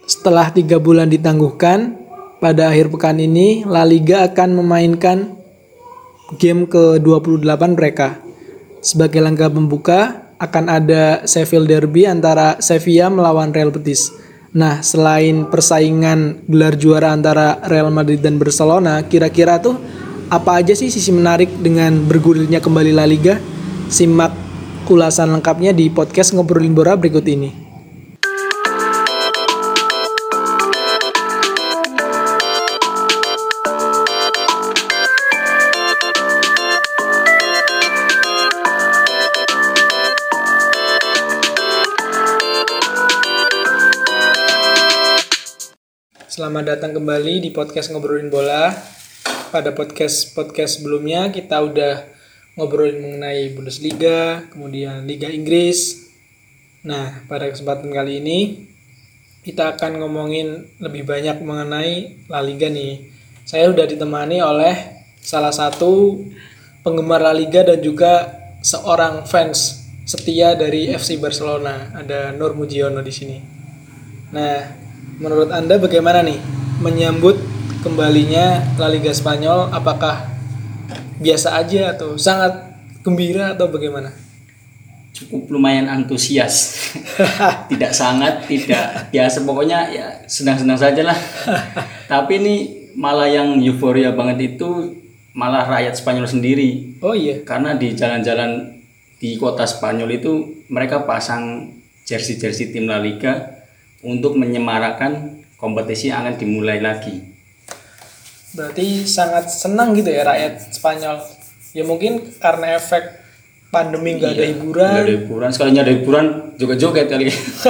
Setelah 3 bulan ditangguhkan, pada akhir pekan ini La Liga akan memainkan game ke-28 mereka. Sebagai langkah pembuka, akan ada Sheffield Derby antara Sevilla melawan Real Betis. Nah, selain persaingan gelar juara antara Real Madrid dan Barcelona, kira-kira tuh apa aja sih sisi menarik dengan bergulirnya kembali La Liga? Simak ulasan lengkapnya di podcast Ngobrolin Bola berikut ini. Selamat datang kembali di podcast Ngobrolin Bola. Pada podcast sebelumnya kita udah ngobrolin mengenai Bundesliga, kemudian Liga Inggris. Nah, pada kesempatan kali ini kita akan ngomongin lebih banyak mengenai La Liga nih. Saya udah ditemani oleh salah satu penggemar La Liga dan juga seorang fans setia dari FC Barcelona. Ada Nur Mujiono di sini. Nah, menurut Anda bagaimana nih menyambut kembalinya La Liga Spanyol? Apakah biasa aja atau sangat gembira atau bagaimana? Cukup lumayan antusias. Tidak sangat, tidak biasa, pokoknya ya senang-senang saja lah. Tapi ini malah yang euforia banget itu malah rakyat Spanyol sendiri. Oh iya. Karena di jalan-jalan di kota Spanyol itu mereka pasang jersey-jersey tim La Liga untuk menyemarakan kompetisi yang akan dimulai lagi. Berarti sangat senang gitu ya rakyat Spanyol. Ya mungkin karena efek pandemi nggak ada hiburan. Nggak ada hiburan, sekalinya ada hiburan juga joget kali.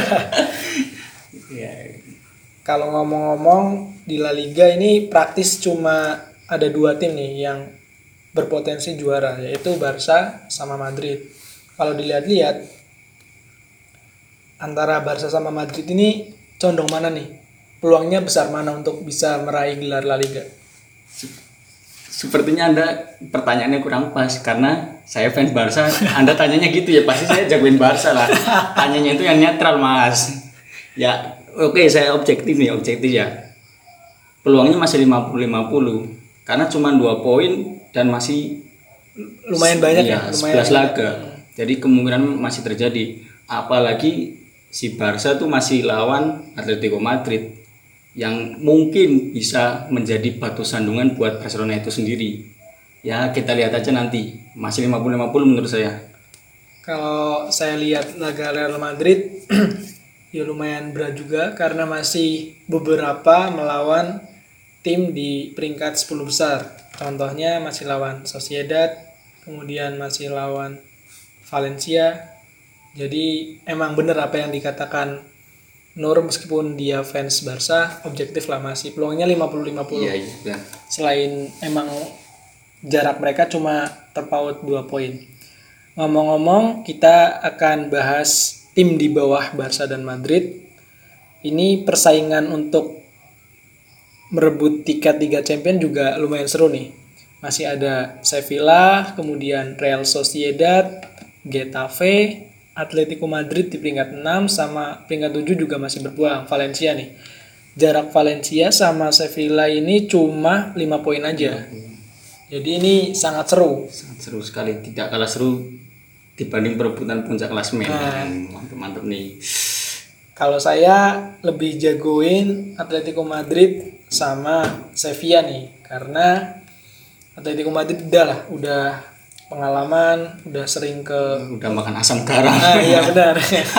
Ya. Kalau ngomong-ngomong di La Liga ini praktis cuma ada 2 tim nih yang berpotensi juara, yaitu Barca sama Madrid. Kalau dilihat-lihat antara Barca sama Madrid ini condong mana nih? Peluangnya besar mana untuk bisa meraih gelar La Liga? Sepertinya Anda pertanyaannya kurang pas karena saya fans Barca. Anda tanyanya gitu ya, pasti saya jagoin Barca lah. Tanyanya itu yang netral, Mas. Ya, oke, saya objektif ya. Peluangnya masih 50-50 karena cuma 2 poin dan masih lumayan banyak ya, 11 laga. Jadi kemungkinan masih terjadi. Apalagi si Barca tuh masih lawan Atletico Madrid yang mungkin bisa menjadi batu sandungan buat Barcelona itu sendiri. Ya, kita lihat aja nanti. Masih 50-50 menurut saya. Kalau saya lihat laga Real Madrid ya lumayan berat juga karena masih beberapa melawan tim di peringkat 10 besar. Contohnya masih lawan Sociedad, kemudian masih lawan Valencia. Jadi emang bener apa yang dikatakan Nur, meskipun dia fans Barca, objektif lah masih peluangnya 50-50. Iya. Selain emang jarak mereka cuma terpaut 2 poin. Ngomong-ngomong, kita akan bahas tim di bawah Barca dan Madrid. Ini persaingan untuk merebut tiket Liga Champions juga lumayan seru nih. Masih ada Sevilla, kemudian Real Sociedad, Getafe, Atletico Madrid di peringkat 6 sama peringkat 7 juga masih berpeluang. Valencia nih. Jarak Valencia sama Sevilla ini cuma 5 poin aja. Jadi ini sangat seru. Sangat seru sekali, tidak kalah seru dibanding perebutan puncak klasemen. Mantap nih. Kalau saya lebih jagoin Atletico Madrid sama Sevilla nih, karena Atletico Madrid udah pengalaman, udah sering udah makan asam garam. Nah, iya benar.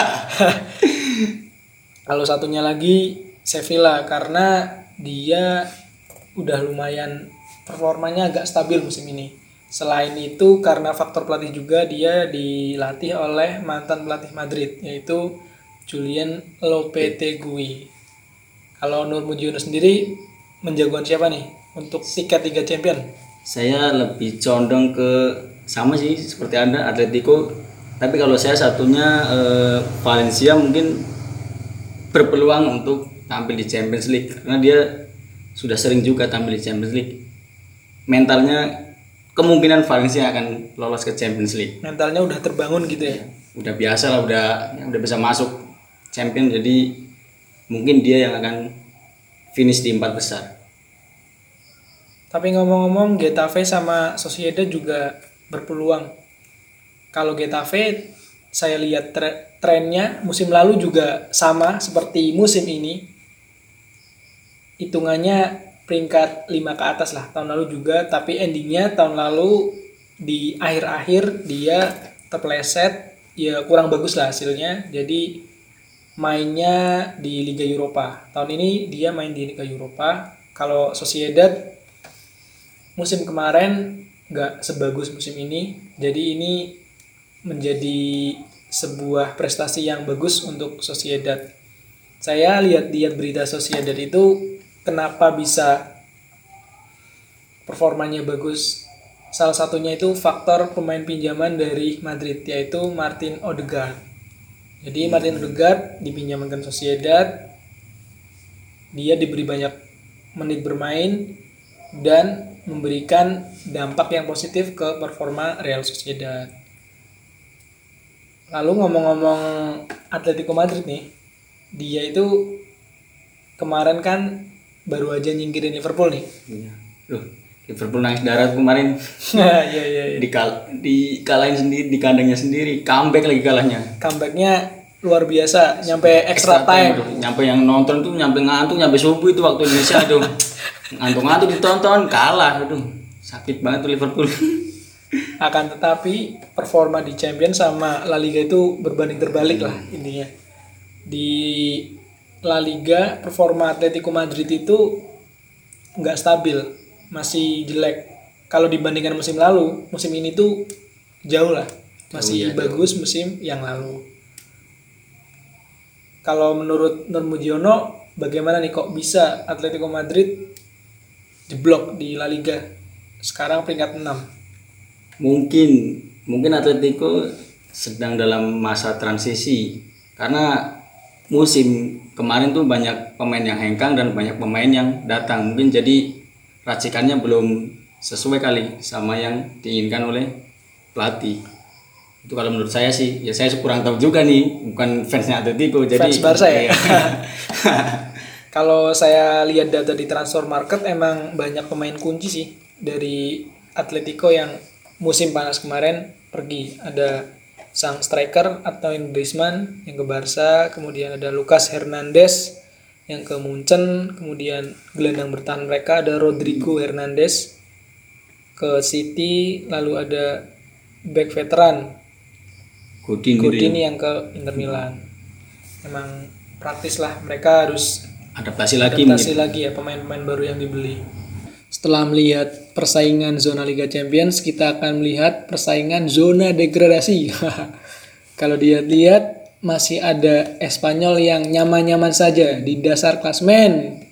Kalau satunya lagi Sevilla karena dia udah lumayan performanya agak stabil musim ini. Selain itu karena faktor pelatih juga, dia dilatih oleh mantan pelatih Madrid yaitu Julian Lopetegui. Kalau Nur Mujiono sendiri menjagoan siapa nih untuk tiket Liga Champions? Saya lebih condong ke sama sih seperti Anda, Atletico. Tapi kalau saya satunya Valencia mungkin berpeluang untuk tampil di Champions League karena dia sudah sering juga tampil di Champions League. Mentalnya kemungkinan Valencia akan lolos ke Champions League. Mentalnya udah terbangun gitu ya. Udah biasa lah, udah bisa masuk Champions, jadi mungkin dia yang akan finish di 4 besar. Tapi ngomong-ngomong, Getafe sama Sociedad juga berpeluang. Kalau Getafe saya lihat trennya musim lalu juga sama seperti musim ini. Hitungannya peringkat 5 ke atas lah tahun lalu juga, tapi endingnya tahun lalu di akhir-akhir dia terpeleset, ya kurang bagus lah hasilnya. Jadi mainnya di Liga Eropa. Tahun ini dia main di Liga Eropa. Kalau Sociedad musim kemarin nggak sebagus musim ini, jadi ini menjadi sebuah prestasi yang bagus untuk Sociedad. Saya lihat berita Sociedad itu kenapa bisa performanya bagus. Salah satunya itu faktor pemain pinjaman dari Madrid, yaitu Martin Odegaard. Jadi Martin Odegaard dipinjamkan Sociedad, dia diberi banyak menit bermain dan memberikan dampak yang positif ke performa Real Sociedad. Lalu ngomong-ngomong Atletico Madrid nih, dia itu kemarin kan baru aja nyingkirin Liverpool nih. Iya. Loh, Liverpool nangis darah kemarin. Iya. Dikalahin sendiri di kandangnya sendiri, comeback lagi kalahnya. Comebacknya luar biasa, nyampe extra time. Nyampe yang nonton tuh nyampe ngantuk, nyampe subuh itu waktu Indonesia tuh. Ngantuk-ngantuk ditonton, kalah itu. Sakit banget tuh Liverpool. Akan tetapi performa di Champions sama La Liga itu berbanding terbalik lah intinya. Di La Liga performa Atletico Madrid itu nggak stabil, masih jelek. Kalau dibandingkan musim lalu, musim ini tuh jauh lah, masih bagus musim yang lalu. Kalau menurut Nur Mujiono, bagaimana nih kok bisa Atletico Madrid jeblok di La Liga? Sekarang peringkat 6. Mungkin Atletico sedang dalam masa transisi karena musim kemarin tuh banyak pemain yang hengkang dan banyak pemain yang datang. Mungkin jadi racikannya belum sesuai kali sama yang diinginkan oleh pelatih. Itu kalau menurut saya sih. Ya saya kurang tahu juga nih, bukan fansnya Atletico. Jadi fans Barca ya. Kalau saya lihat data di transfer market, emang banyak pemain kunci sih dari Atletico yang musim panas kemarin pergi. Ada sang striker Antoine Griezmann yang ke Barca, kemudian ada Lucas Hernandez yang ke Munchen, kemudian gelandang bertahan mereka ada Rodrigo Hernandez ke City, lalu ada back veteran Godin yang ke Inter Milan. Emang praktis lah, mereka harus adaptasi lagi ya pemain-pemain baru yang dibeli. Setelah melihat persaingan zona Liga Champions, kita akan melihat persaingan zona degradasi. Kalau dilihat masih ada Espanyol yang nyaman-nyaman saja di dasar klasemen.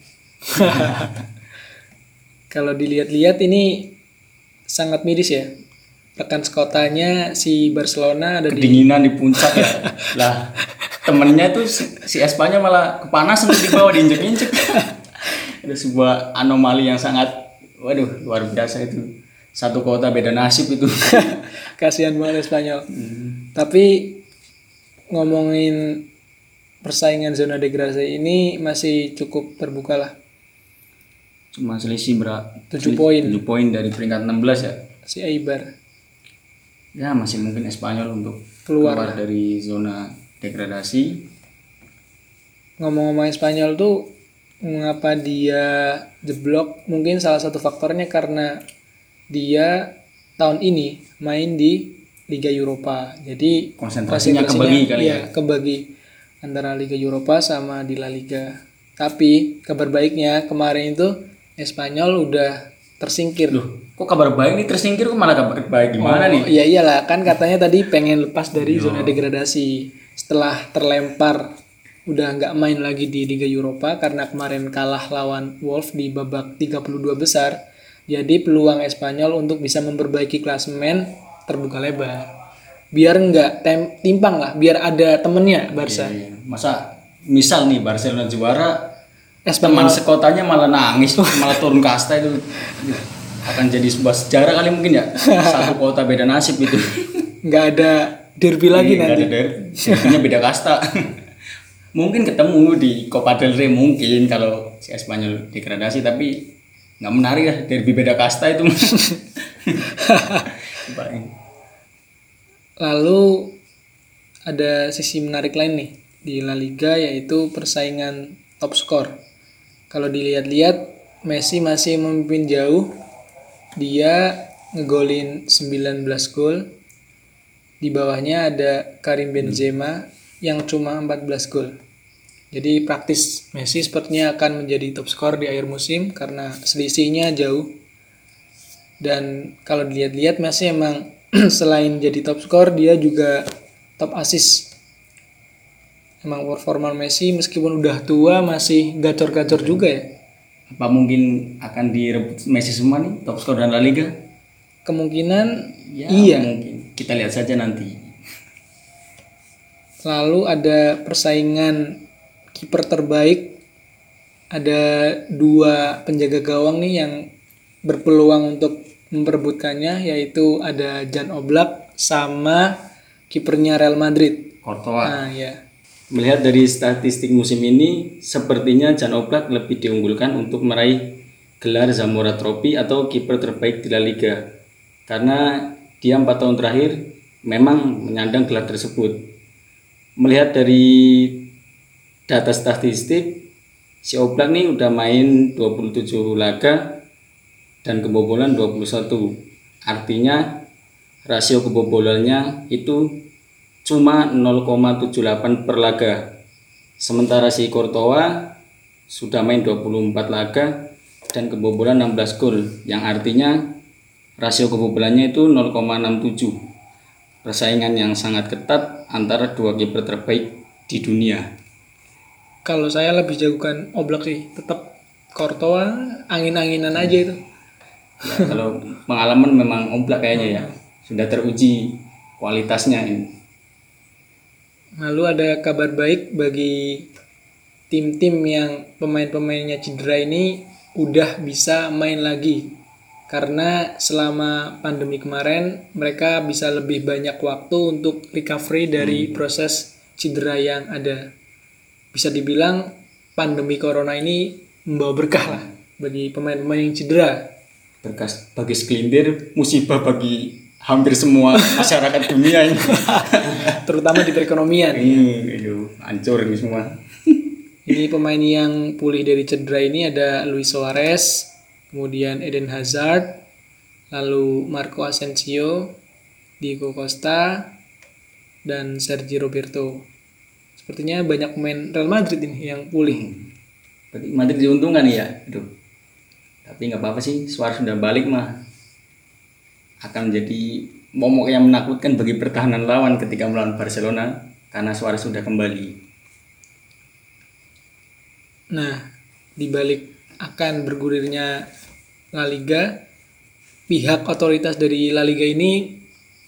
Kalau dilihat-lihat ini sangat miris ya. Rekan sekotanya si Barcelona ada kedinginan di puncak ya. Lah, temennya tuh si Espanyol malah kepanasan di bawah diinjek-injek. Ada sebuah anomali yang sangat luar biasa itu. Satu kota beda nasib itu. Kasihan banget Espanyol. Tapi ngomongin persaingan zona degradasi ini masih cukup terbuka lah. Cuma selisih 7 poin. 7 poin dari peringkat 16 ya. Si Eibar. Ya masih mungkin Espanyol untuk keluar dari zona degradasi. Ngomong-ngomong Espanyol tuh, mengapa dia jeblok? Mungkin salah satu faktornya karena dia tahun ini main di Liga Eropa. Jadi konsentrasinya kebagi kali ya. Kebagi antara Liga Eropa sama di La Liga. Tapi kabar baiknya kemarin itu Espanyol udah tersingkir. Loh, kok kabar baik nih tersingkir, kok malah kabar baik gimana nih? Iya iyalah, kan katanya tadi pengen lepas dari zona degradasi. Setelah terlempar udah nggak main lagi di Liga Eropa karena kemarin kalah lawan Wolves di babak 32 besar. Jadi peluang Espanyol untuk bisa memperbaiki klasemen terbuka lebar. Biar nggak timpang lah, biar ada temennya Barca. Iya. Masa misal nih Barcelona juara, teman sekotanya malah nangis, malah turun kasta, itu akan jadi sebuah sejarah kali mungkin ya. Satu kota beda nasib itu. Nggak ada derby lagi nanti. Nggak ada derby, beda kasta. Mungkin ketemu di Copa del Rey mungkin kalau si Espanyol degradasi, tapi nggak menarik lah, derby beda kasta itu. Lalu ada sisi menarik lain nih di La Liga, yaitu persaingan top skor. Kalau dilihat-lihat, Messi masih memimpin jauh. Dia ngegolin 19 gol. Di bawahnya ada Karim Benzema yang cuma 14 gol. Jadi praktis Messi sepertinya akan menjadi top skor di akhir musim karena selisihnya jauh. Dan kalau dilihat-lihat Messi emang selain jadi top skor, dia juga top assist. Emang performa Messi meskipun udah tua masih gacor-gacor juga ya. Apa mungkin akan direbut Messi semua nih top skor dan La Liga? Kemungkinan Ya, iya. mungkin. Kita lihat saja nanti. Lalu ada persaingan kiper terbaik. Ada 2 penjaga gawang nih yang berpeluang untuk memperebutkannya, yaitu ada Jan Oblak sama kipernya Real Madrid. Courtois. Nah, ya. Melihat dari statistik musim ini, sepertinya Jan Oblak lebih diunggulkan untuk meraih gelar Zamora Trophy atau kiper terbaik di La Liga. Karena dia 4 tahun terakhir memang menyandang gelar tersebut. Melihat dari data statistik, si Oblak nih udah main 27 laga dan kebobolan 21. Artinya rasio kebobolannya itu cuma 0,78 per laga. Sementara si Courtois sudah main 24 laga dan kebobolan 16 gol, yang artinya rasio kebobolannya itu 0,67. Persaingan yang sangat ketat antara 2 kiper terbaik di dunia. Kalau saya lebih jagokan Oblak sih, tetap Courtois angin-anginan aja itu. Ya, kalau pengalaman memang Oblak kayaknya ya, sudah teruji kualitasnya ini. Lalu ada kabar baik bagi tim-tim yang pemain-pemainnya cedera ini udah bisa main lagi. Karena selama pandemi kemarin mereka bisa lebih banyak waktu untuk recovery dari proses cedera yang ada. Bisa dibilang pandemi corona ini membawa berkah lah bagi pemain-pemain yang cedera. Berkah bagi segelintir, musibah bagi hampir semua masyarakat dunia ini. Terutama di perekonomian. Hancur ini semua. Ini pemain yang pulih dari cedera ini ada Luis Suarez, kemudian Eden Hazard, lalu Marco Asensio, Diego Costa, dan Sergio Roberto. Sepertinya banyak pemain Real Madrid ini yang pulih. Berarti Madrid diuntungkan ya. Aduh. Tapi nggak apa-apa sih, Suarez sudah balik mah. Akan menjadi momok yang menakutkan bagi pertahanan lawan ketika melawan Barcelona karena Suarez sudah kembali. Nah, di balik akan bergulirnya La Liga, pihak otoritas dari La Liga ini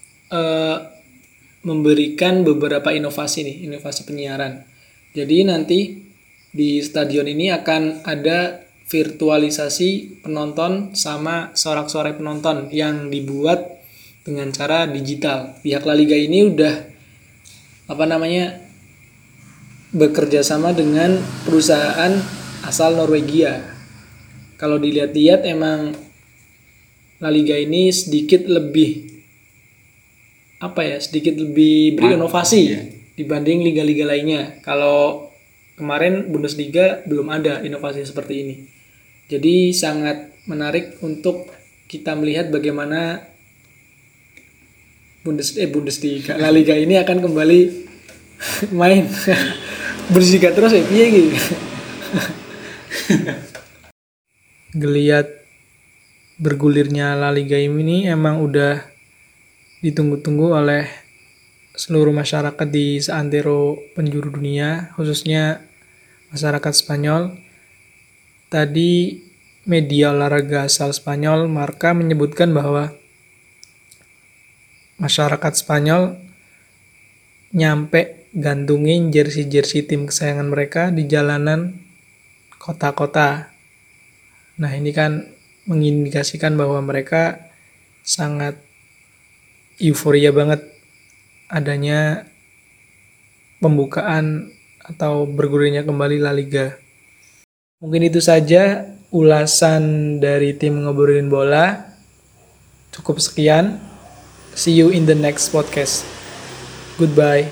memberikan beberapa inovasi penyiaran. Jadi nanti di stadion ini akan ada virtualisasi penonton sama sorak-sorai penonton yang dibuat dengan cara digital. Pihak La Liga ini udah bekerja sama dengan perusahaan asal Norwegia. Kalau dilihat-lihat emang La Liga ini sedikit lebih berinovasi dibanding liga-liga lainnya. Kalau kemarin Bundesliga belum ada inovasi seperti ini. Jadi sangat menarik untuk kita melihat bagaimana Bundesliga, La Liga ini akan kembali main. Bundesliga terus ya piye gitu. Geliat bergulirnya La Liga ini emang udah ditunggu-tunggu oleh seluruh masyarakat di seantero penjuru dunia, khususnya masyarakat Spanyol. Tadi media olahraga asal Spanyol, Marca, menyebutkan bahwa masyarakat Spanyol nyampe gantungin jersey-jersey tim kesayangan mereka di jalanan kota-kota. Nah, ini kan mengindikasikan bahwa mereka sangat euforia banget adanya pembukaan atau bergulirnya kembali La Liga. Mungkin itu saja ulasan dari tim Ngobrolin Bola. Cukup sekian. See you in the next podcast. Goodbye.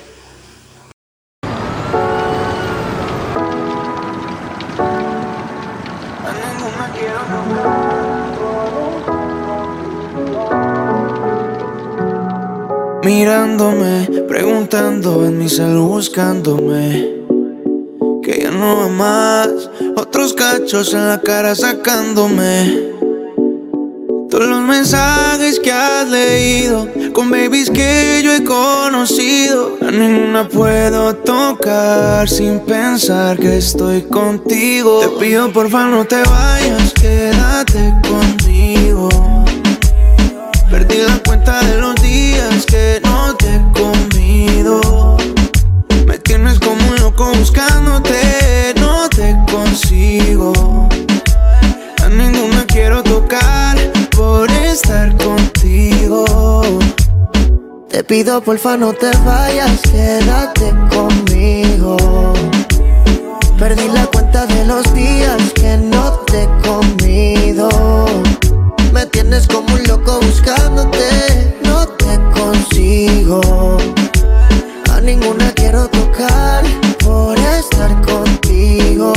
Mirándome, preguntando en mi celu buscándome, que ya no va más, otros cachos en la cara sacándome. Todos los mensajes que has leído, con babies que yo he conocido, a ninguna puedo tocar sin pensar que estoy contigo. Te pido porfa no te vayas, quédate conmigo. Perdí la cuenta de los días que no te he comido. Me tienes como un loco buscándote, no te consigo. A ninguna quiero tocar por estar contigo. Te pido porfa no te vayas, quédate conmigo. Perdí la cuenta de los días que no te he comido. Me tienes como un loco buscándote, no te consigo. A ninguna quiero tocar por estar contigo.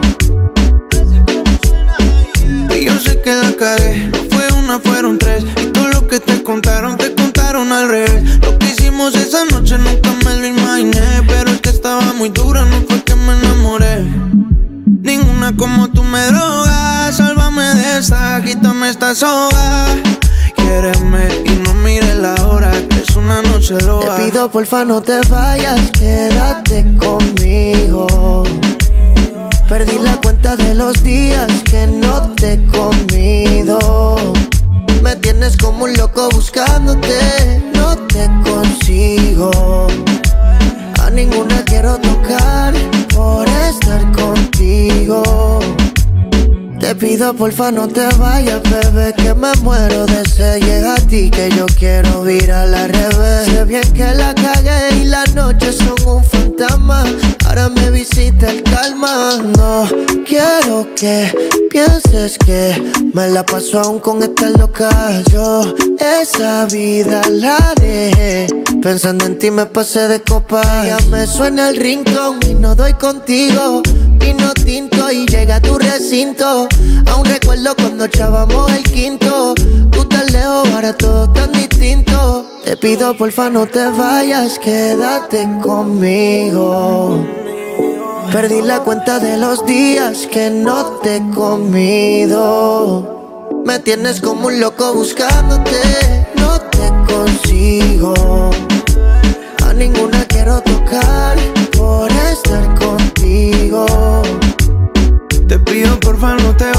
Y yo sé que la cagué, no fue una, fueron tres. Y todo lo que te contaron al revés. Lo que hicimos esa noche nunca me lo imaginé, pero es que estaba muy dura, no fue que me enamoré. Ninguna como tú me droga, sálvame de esta, quítame esta soga. Quiéreme y no mires la hora, que es una noche loca. Te pido porfa no te vayas, quédate conmigo. Perdí la cuenta de los días que no te he comido. Me tienes como un loco buscándote, no te consigo. A ninguna quiero tocar por estar contigo. Te pido porfa no te vayas, bebé, que me muero de sed. Llega a ti que yo quiero vir al revés. Sé bien que la cagué y las noches son un fantasma. Ahora me visita el calma. No quiero que pienses que me la paso aún con esta loca. Yo esa vida la dejé, pensando en ti me pasé de copa. Ya me suena el rincón y no doy contigo. Vino tinto y llega a tu recinto. Aún recuerdo cuando echábamos el quinto. Tú tan lejos, ahora todo tan distinto. Te pido porfa no te vayas, quédate conmigo. Perdí la cuenta de los días que no te he comido. Me tienes como un loco buscándote, no te consigo. A ninguna quiero tocar por estar contigo. Te pido porfa no te